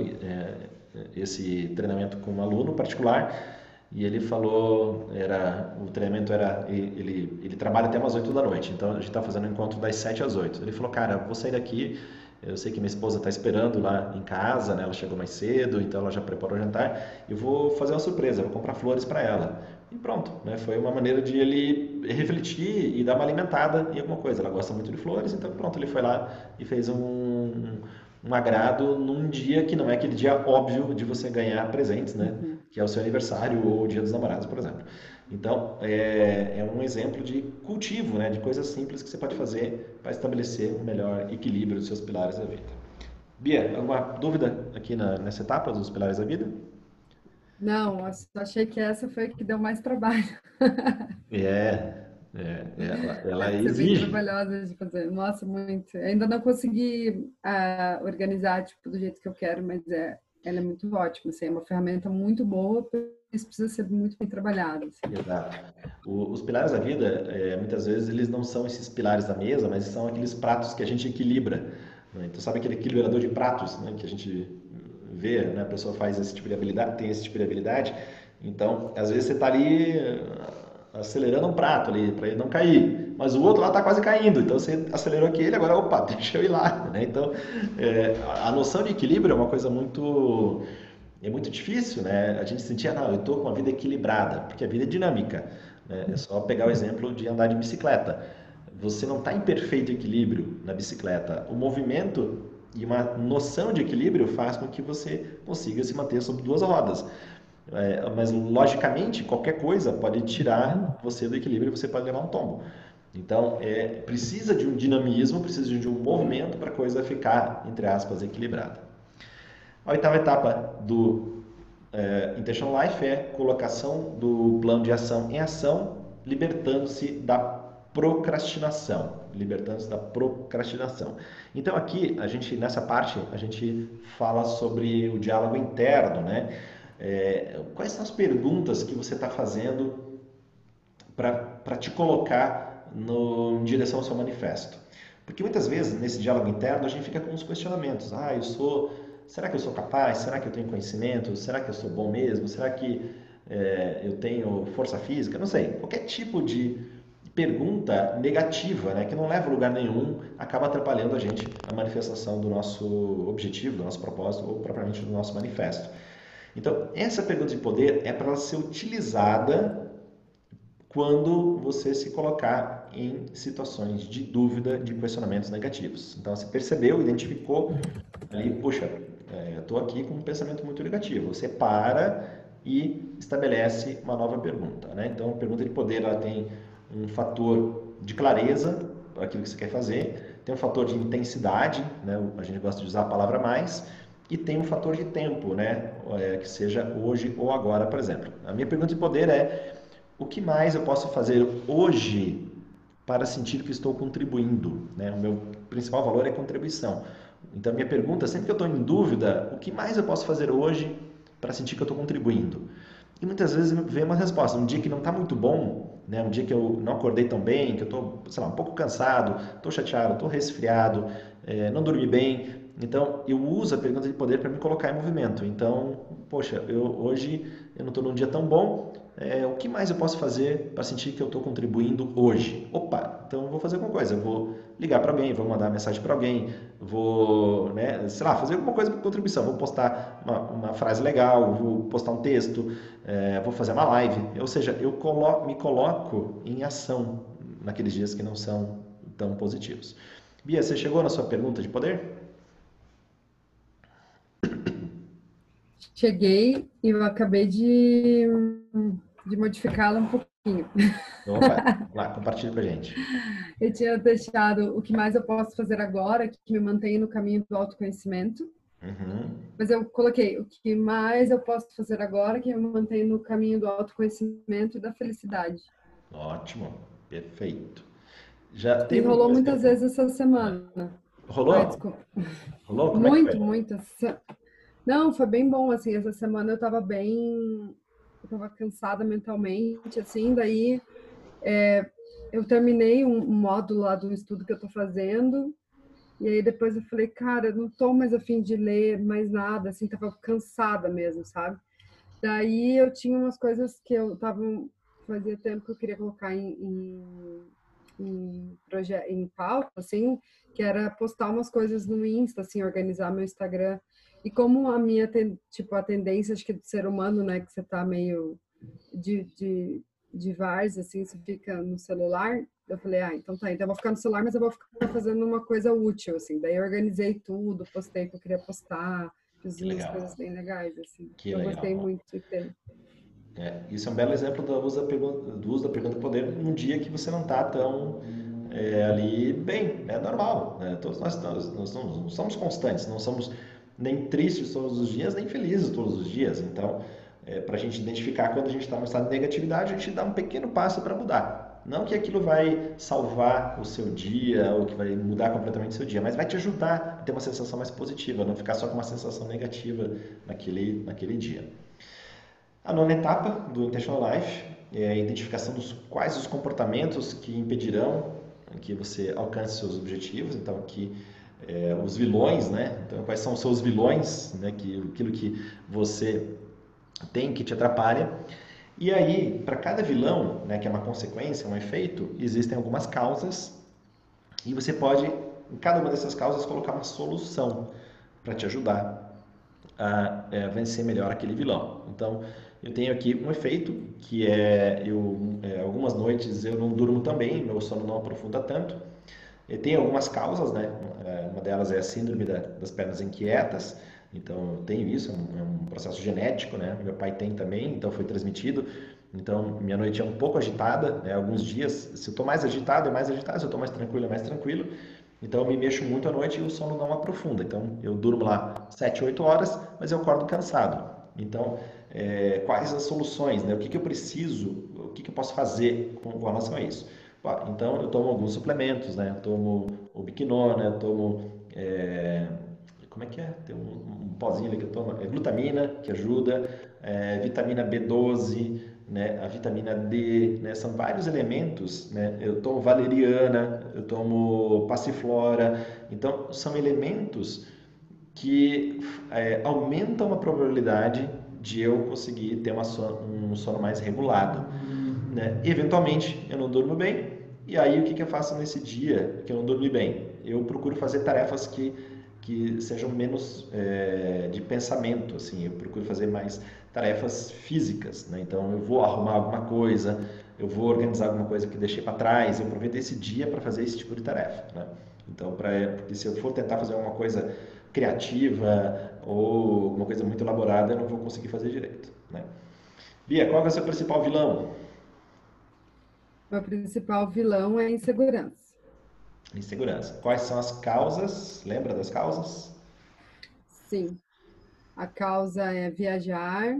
esse treinamento com um aluno particular e ele falou, o treinamento era, ele trabalha até umas 8 da noite, então a gente está fazendo um encontro das 7 às 8. Ele falou, cara, vou sair daqui, eu sei que minha esposa está esperando lá em casa, né? Ela chegou mais cedo, então ela já preparou o jantar, e vou fazer uma surpresa, vou comprar flores para ela. E pronto, né? Foi uma maneira de ele refletir e dar uma alimentada em alguma coisa. Ela gosta muito de flores, então pronto, ele foi lá e fez um agrado num dia que não é aquele dia óbvio de você ganhar presentes, né? Que é o seu aniversário ou o dia dos namorados, por exemplo. Então, é um exemplo de cultivo, né? De coisas simples que você pode fazer para estabelecer um melhor equilíbrio dos seus pilares da vida. Bia, alguma dúvida aqui nessa etapa dos pilares da vida? Não, eu só achei que essa foi a que deu mais trabalho. Ela Deve ser bem exige. trabalhosa de fazer. Nossa, muito. Ainda não consegui organizar tipo, do jeito que eu quero, mas ela é muito ótima. Assim, é uma ferramenta muito boa, isso precisa ser muito bem trabalhado. Assim. Exato. Os pilares da vida, muitas vezes, eles não são esses pilares da mesa, mas são aqueles pratos que a gente equilibra, né? Então, sabe aquele equilibrador de pratos, né, que a gente vê, né? A pessoa faz esse tipo de habilidade, tem esse tipo de habilidade. Então, às vezes você está ali acelerando um prato ali para ele não cair, mas o outro lá está quase caindo. Então, você acelerou aquele, agora, opa, deixa eu ir lá, né? Então, a noção de equilíbrio é uma coisa muito difícil, né? A gente sentia, não, eu estou com uma vida equilibrada, porque a vida é dinâmica, né? É só pegar o exemplo de andar de bicicleta. Você não está em perfeito equilíbrio na bicicleta. O movimento e uma noção de equilíbrio faz com que você consiga se manter sobre duas rodas. Mas, logicamente, qualquer coisa pode tirar você do equilíbrio e você pode levar um tombo. Então, precisa de um dinamismo, precisa de um movimento para a coisa ficar, entre aspas, equilibrada. A oitava etapa do Intentional Life é colocação do plano de ação em ação, libertando-se da procrastinação. Libertando-se da procrastinação. Então aqui, nessa parte, a gente fala sobre o diálogo interno, né? Quais são as perguntas que você está fazendo para te colocar em direção ao seu manifesto? Porque muitas vezes, nesse diálogo interno, a gente fica com uns questionamentos. Será que eu sou capaz? Será que eu tenho conhecimento? Será que eu sou bom mesmo? Será que eu tenho força física? Não sei. Qualquer tipo de pergunta negativa, né, que não leva a lugar nenhum, acaba atrapalhando a gente a manifestação do nosso objetivo, do nosso propósito ou propriamente do nosso manifesto. Então, essa pergunta de poder é para ela ser utilizada quando você se colocar em situações de dúvida, de questionamentos negativos. Então, você percebeu, identificou ali, puxa, eu estou aqui com um pensamento muito negativo. Você para e estabelece uma nova pergunta, né? Então, a pergunta de poder, ela tem um fator de clareza para aquilo que você quer fazer, tem um fator de intensidade, né? A gente gosta de usar a palavra mais, e tem um fator de tempo, né? Que seja hoje ou agora, por exemplo. A minha pergunta de poder é: o que mais eu posso fazer hoje para sentir que estou contribuindo, né? O meu principal valor é contribuição. Então, minha pergunta, sempre que eu estou em dúvida, o que mais eu posso fazer hoje para sentir que eu estou contribuindo? E muitas vezes vem uma resposta. Um dia que não está muito bom, né? Um dia que eu não acordei tão bem, que eu estou, sei lá, um pouco cansado, estou chateado, estou resfriado, não dormi bem. Então, eu uso a pergunta de poder para me colocar em movimento. Então, poxa, hoje eu não estou num dia tão bom, o que mais eu posso fazer para sentir que eu estou contribuindo hoje? Opa, então eu vou fazer alguma coisa. Eu vou ligar para alguém, vou mandar mensagem para alguém, vou, né, sei lá, fazer alguma coisa com contribuição. Vou postar uma frase legal, vou postar um texto, vou fazer uma live. Ou seja, eu me coloco em ação naqueles dias que não são tão positivos. Bia, você chegou na sua pergunta de poder? Cheguei e eu acabei de modificá-la um pouquinho. Opa, vamos lá, compartilha com a gente. Eu tinha deixado o que mais eu posso fazer agora, que me mantém no caminho do autoconhecimento. Uhum. Mas eu coloquei o que mais eu posso fazer agora, que me mantém no caminho do autoconhecimento e da felicidade. Ótimo, perfeito. Já E teve rolou algum muitas exemplo? vezes essa semana. Ai, Rolou? desculpa. Rolou? Como é que Muito, foi? muito. Não, foi bem bom, assim, essa semana eu tava bem, eu tava cansada mentalmente, assim, daí eu terminei um módulo lá do estudo que eu tô fazendo, e aí depois eu falei, cara, eu não tô mais a fim de ler mais nada, assim, tava cansada mesmo, sabe? Daí eu tinha umas coisas que eu tava, fazia tempo que eu queria colocar em pauta, assim, que era postar umas coisas no Insta, assim, organizar meu Instagram. E como a minha, tipo, a tendência, acho que do ser humano, né, que você tá meio de várzea, assim, você fica no celular, eu falei, então tá, então eu vou ficar no celular, mas eu vou ficar fazendo uma coisa útil, assim. Daí eu organizei tudo, postei o que eu queria postar, fiz Que umas legal. coisas bem legais, assim. Que Eu gostei legal. muito de ter. Isso é um belo exemplo do uso da pergunta do poder num dia que você não está tão ali bem. É normal, né? Todos nós não somos constantes, não somos nem tristes todos os dias, nem felizes todos os dias. Então, para a gente identificar quando a gente está no estado de negatividade, a gente dá um pequeno passo para mudar. Não que aquilo vai salvar o seu dia ou que vai mudar completamente o seu dia, mas vai te ajudar a ter uma sensação mais positiva, não ficar só com uma sensação negativa naquele dia. A nona etapa do Intentional Life a identificação dos quais os comportamentos que impedirão que você alcance seus objetivos. Então, os vilões, né? Então, quais são os seus vilões, né? Aquilo que você tem que te atrapalha. E aí, para cada vilão, né, que é uma consequência, um efeito, existem algumas causas e você pode, em cada uma dessas causas, colocar uma solução para te ajudar a vencer melhor aquele vilão. Então, eu tenho aqui um efeito que algumas noites eu não durmo tão bem, meu sono não aprofunda tanto. E tem algumas causas, né? Uma delas é a síndrome das pernas inquietas. Então, eu tenho isso, é um processo genético, né? Meu pai tem também, então foi transmitido. Então, minha noite é um pouco agitada, né? Alguns dias, se eu estou mais agitado, é mais agitado, se eu estou mais tranquilo, é mais tranquilo. Então, eu me mexo muito à noite e o sono não aprofunda. Então, eu durmo lá 7, 8 horas, mas eu acordo cansado. Então, quais as soluções, né? O que eu preciso, o que eu posso fazer com relação a isso? Então, eu tomo alguns suplementos, né? Eu tomo o Biquinona, eu tomo... como é que é? Tem um pozinho ali que eu tomo. É glutamina, que ajuda. Vitamina B12, né? A vitamina D, né? São vários elementos, né? Eu tomo valeriana, eu tomo passiflora. Então, são elementos que aumentam a probabilidade de eu conseguir ter um sono mais regulado, né? Eventualmente, eu não durmo bem, e aí o que eu faço nesse dia que eu não dormi bem? Eu procuro fazer tarefas que sejam menos de pensamento, assim, eu procuro fazer mais tarefas físicas, né? Então, eu vou arrumar alguma coisa, eu vou organizar alguma coisa que deixei para trás, eu aproveito esse dia para fazer esse tipo de tarefa, né? Então, porque se eu for tentar fazer alguma coisa criativa ou alguma coisa muito elaborada, eu não vou conseguir fazer direito, né? Bia, qual é o seu principal vilão? O principal vilão é a insegurança. Insegurança. Quais são as causas? Lembra das causas? Sim, a causa é viajar,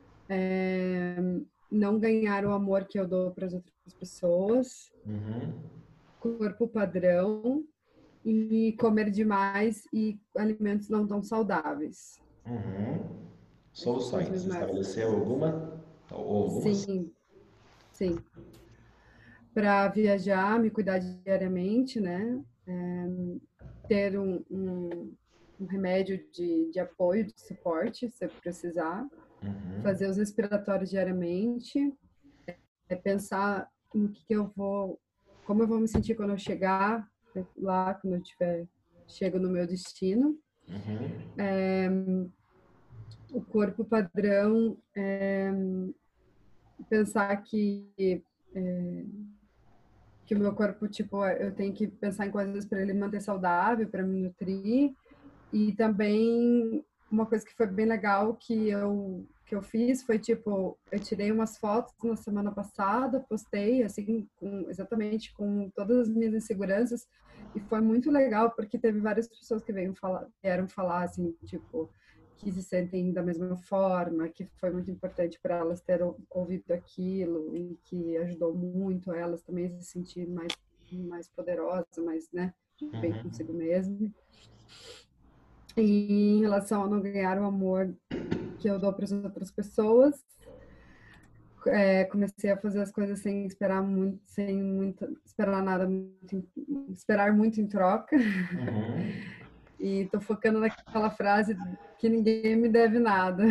não ganhar o amor que eu dou para as outras pessoas, Uhum. corpo padrão e comer demais e alimentos não tão saudáveis. Uhum. Esses são os Soluções. meus Você maiores. estabeleceu alguma? Ou algumas? Sim, sim. Para viajar, me cuidar diariamente, né? Ter um remédio de apoio, de suporte, se eu precisar. Uhum. Fazer os respiratórios diariamente. Pensar no que eu vou, como eu vou me sentir quando eu chegar lá, quando eu chego no meu destino. Uhum. O corpo padrão, pensar que o meu corpo, tipo, eu tenho que pensar em coisas para ele manter saudável, para me nutrir. E também uma coisa que foi bem legal que eu fiz foi, tipo, eu tirei umas fotos na semana passada, postei, assim, exatamente com todas as minhas inseguranças, e foi muito legal, porque teve várias pessoas que vieram falar, assim, tipo, que se sentem da mesma forma, que foi muito importante para elas ter ouvido aquilo e que ajudou muito elas também a se sentir mais poderosa, mais, né, bem Uhum. consigo mesma. E em relação a não ganhar o amor que eu dou para as outras pessoas, comecei a fazer as coisas sem esperar muito, sem muito, esperar nada, esperar muito em troca. Uhum. E tô focando naquela frase que ninguém me deve nada.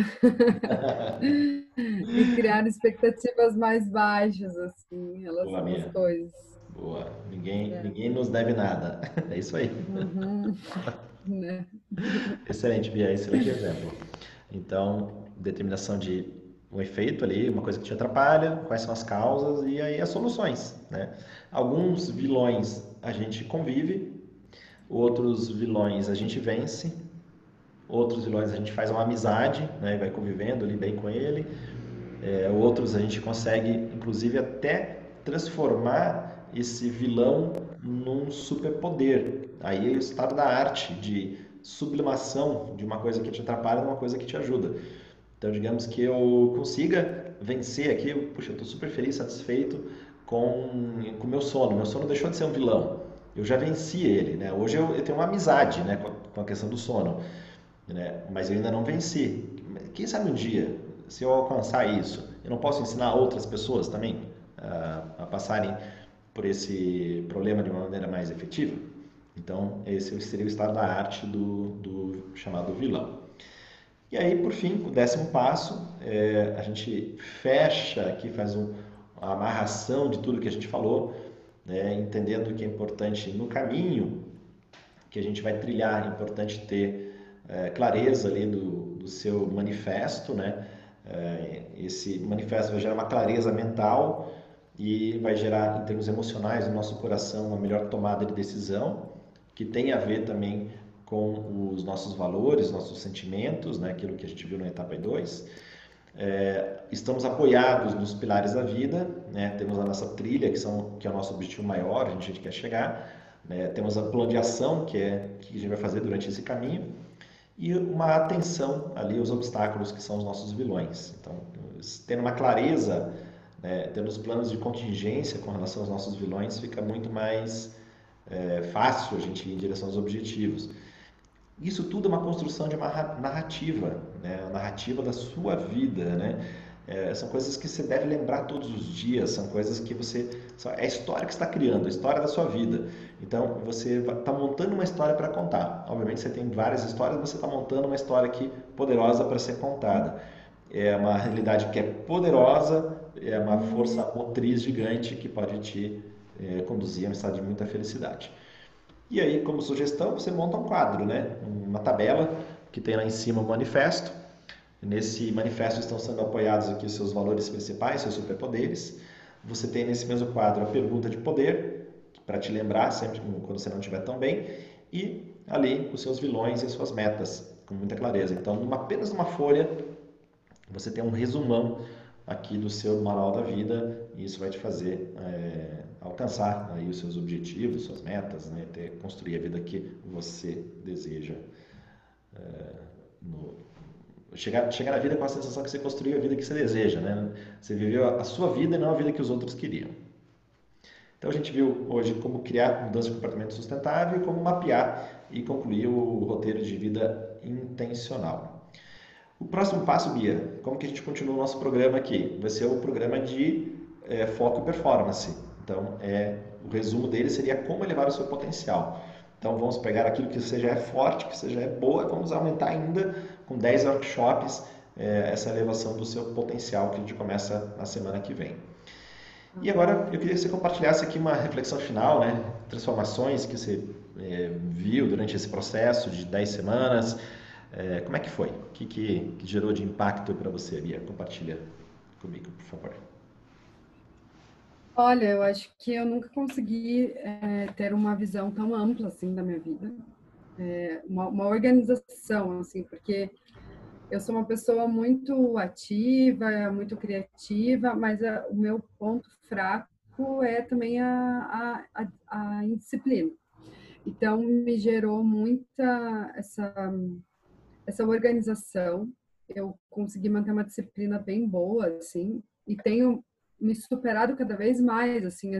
E criar expectativas mais baixas, assim, em Boa, relação às Bia. coisas. Boa. Ninguém, É. ninguém nos deve nada. É isso aí. Uhum, né? Excelente, Bia. Excelente exemplo. Então, determinação de um efeito ali, uma coisa que te atrapalha, quais são as causas e aí as soluções, né? Alguns vilões a gente convive, outros vilões a gente vence, outros vilões a gente faz uma amizade, né? E vai convivendo ali bem com ele. Outros a gente consegue, inclusive, até transformar esse vilão num superpoder. Aí é o estado da arte de sublimação de uma coisa que te atrapalha numa coisa que te ajuda. Então, digamos que eu consiga vencer aqui, puxa, eu estou super feliz, satisfeito com o meu sono. Meu sono deixou de ser um vilão. Eu já venci ele, né? Hoje eu tenho uma amizade, né, com a questão do sono, né? Mas eu ainda não venci. Quem sabe um dia, se eu alcançar isso, Eu não posso ensinar outras pessoas também a passarem por esse problema de uma maneira mais efetiva? Então, esse seria o estado da arte do chamado vilão. E aí, por fim, o 10º passo, a gente fecha aqui, faz uma amarração de tudo que a gente falou, né, entendendo que é importante no caminho que a gente vai trilhar, é importante ter clareza ali do seu manifesto, né? Esse manifesto vai gerar uma clareza mental e vai gerar, em termos emocionais, no nosso coração, uma melhor tomada de decisão, que tem a ver também com os nossos valores, nossos sentimentos, né? Aquilo que a gente viu na etapa 2. Estamos apoiados nos pilares da vida, né? Temos a nossa trilha, que é o nosso objetivo maior, a gente quer chegar, né? Temos a plano de ação, que a gente vai fazer durante esse caminho, e uma atenção ali aos obstáculos, que são os nossos vilões. Então, tendo uma clareza, né, tendo os planos de contingência com relação aos nossos vilões, fica muito mais fácil a gente ir em direção aos objetivos. Isso tudo é uma construção de uma narrativa, né? A narrativa da sua vida, né? São coisas que você deve lembrar todos os dias, são coisas que é a história que você está criando, a história da sua vida. Então, você está montando uma história para contar. Obviamente, você tem várias histórias, você está montando uma história aqui poderosa para ser contada. É uma realidade que é poderosa, é uma força motriz gigante que pode te conduzir a um estado de muita felicidade. E aí, como sugestão, você monta um quadro, né? Uma tabela que tem lá em cima o manifesto. Nesse manifesto estão sendo apoiados aqui os seus valores principais, seus superpoderes. Você tem nesse mesmo quadro a pergunta de poder, para te lembrar sempre quando você não estiver tão bem. E ali os seus vilões e as suas metas, com muita clareza. Então, apenas numa folha, você tem um resumão aqui do seu manual da vida, e isso vai te fazer alcançar aí os seus objetivos, suas metas, né? Construir a vida que você deseja. Chegar na vida com a sensação que você construiu a vida que você deseja, né? Você viveu a sua vida e não a vida que os outros queriam. Então a gente viu hoje como criar mudança de comportamento sustentável e como mapear e concluir o roteiro de vida intencional. O próximo passo, Bia, como que a gente continua o nosso programa aqui? Vai ser o programa de foco e performance. Então, o resumo dele seria como elevar o seu potencial. Então, vamos pegar aquilo que você já é forte, que você já é boa, vamos aumentar ainda com 10 workshops essa elevação do seu potencial que a gente começa na semana que vem. E agora, eu queria que você compartilhasse aqui uma reflexão final, né? Transformações que você viu durante esse processo de 10 semanas. Como é que foi? O que gerou de impacto para você, Bia? Compartilha comigo, por favor. Olha, eu acho que eu nunca consegui ter uma visão tão ampla assim da minha vida, uma organização assim, porque eu sou uma pessoa muito ativa, muito criativa, mas o meu ponto fraco é também a indisciplina. Então me gerou muita essa organização. Eu consegui manter uma disciplina bem boa, assim, e tenho me superado cada vez mais, assim,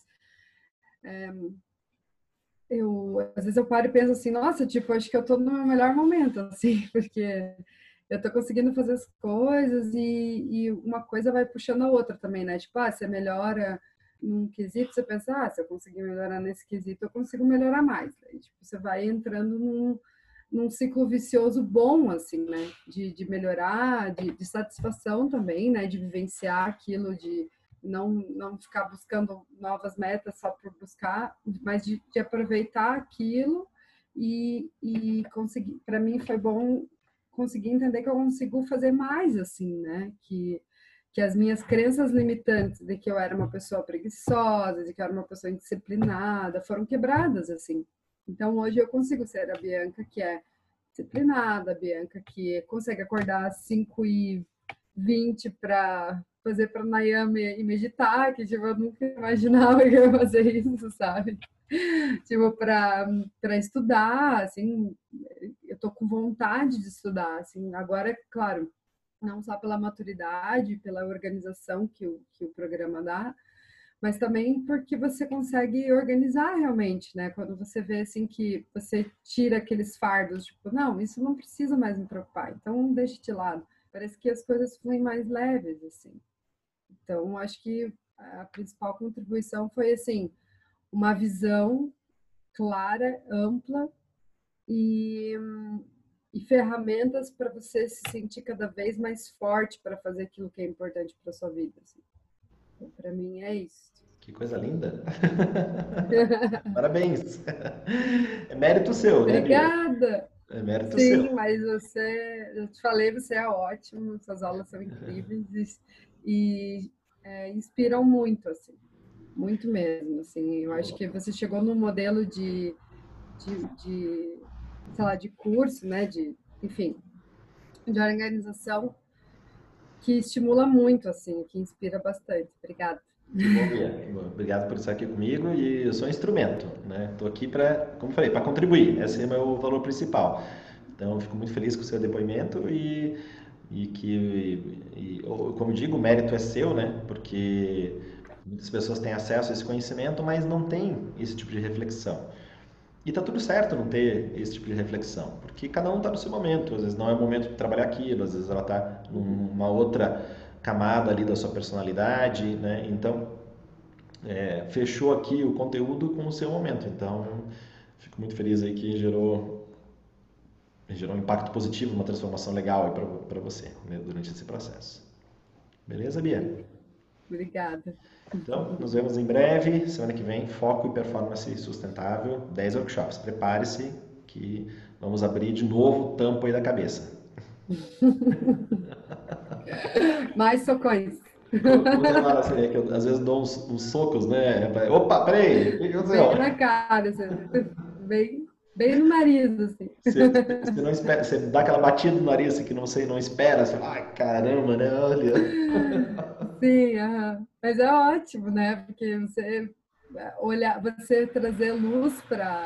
às vezes eu paro e penso assim, nossa, tipo, acho que eu tô no meu melhor momento, assim, porque eu tô conseguindo fazer as coisas e uma coisa vai puxando a outra também, né? Tipo, você melhora num quesito, você pensa, se eu conseguir melhorar nesse quesito, eu consigo melhorar mais. Aí, tipo, você vai entrando num ciclo vicioso bom, assim, né? De melhorar, de satisfação também, né? De vivenciar aquilo, de não ficar buscando novas metas só por buscar, mas de aproveitar aquilo e conseguir. Para mim foi bom conseguir entender que eu consigo fazer mais, assim, né? Que as minhas crenças limitantes de que eu era uma pessoa preguiçosa, de que eu era uma pessoa indisciplinada, foram quebradas, assim. Então, hoje eu consigo ser a Bianca que é disciplinada, a Bianca que consegue acordar às 5h20 para fazer pranayama e meditar, que tipo, eu nunca imaginava que eu ia fazer isso, sabe? Tipo, para estudar, assim, eu tô com vontade de estudar, assim, agora, claro, não só pela maturidade, pela organização que o programa dá, mas também porque você consegue organizar realmente, né? Quando você vê assim que você tira aqueles fardos, tipo, não, isso não precisa mais me preocupar, então deixa de lado. Parece que as coisas fluem mais leves, assim. Então, acho que a principal contribuição foi, assim, uma visão clara, ampla e, e ferramentas para você se sentir cada vez mais forte para fazer aquilo que é importante para sua vida. Assim. Então, para mim é isso. Que coisa linda. Parabéns. É mérito seu, né, Bia? Obrigada! É mérito seu. Sim, mas você, eu te falei, você é ótimo, suas aulas são incríveis e inspiram muito, assim, muito mesmo, assim. Eu acho que você chegou num modelo de sei lá, de curso, né, enfim, de organização que estimula muito, assim, que inspira bastante. Obrigada. Que bom, Bia. Que bom. Obrigado por estar aqui comigo e eu sou um instrumento, né? Estou aqui para, como falei, para contribuir. Esse é o meu valor principal. Então, eu fico muito feliz com o seu depoimento como eu digo, o mérito é seu, né? Porque muitas pessoas têm acesso a esse conhecimento, mas não têm esse tipo de reflexão. E tá tudo certo não ter esse tipo de reflexão, porque cada um está no seu momento. Às vezes não é o momento de trabalhar aquilo, às vezes ela está numa outra camada ali da sua personalidade, né? Então, fechou aqui o conteúdo com o seu momento. Então, fico muito feliz aí que gerou um impacto positivo, uma transformação legal para você, né, durante esse processo. Beleza, Bia? Obrigada. Então, nos vemos em breve. Semana que vem, foco e performance sustentável, 10 workshops. Prepare-se que vamos abrir de novo o tampo aí da cabeça. Mais socões. Como você fala assim, né, que eu às vezes dou uns socos, né? Opa, peraí, o que aconteceu? Bem na cara, assim, bem no nariz, assim. Você não espera, você dá aquela batida no nariz assim, que você não espera, você fala, ai caramba, né? Olha. Sim, aham. Mas é ótimo, né? Porque você olhar, você trazer luz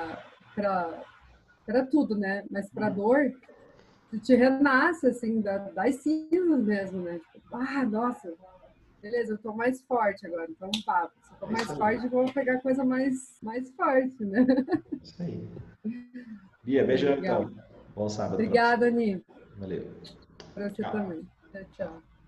para tudo, né? Mas para dor, te renasce assim das cinzas mesmo, né? Tipo, nossa, beleza, eu tô mais forte agora, então pá, se eu tô É isso mais aí. forte, eu vou pegar coisa mais forte, né? Isso aí. Bia, beijão Legal. então. Bom sábado pra você. Obrigada, Ani. Valeu. Para você Tchau. também. Tchau, tchau.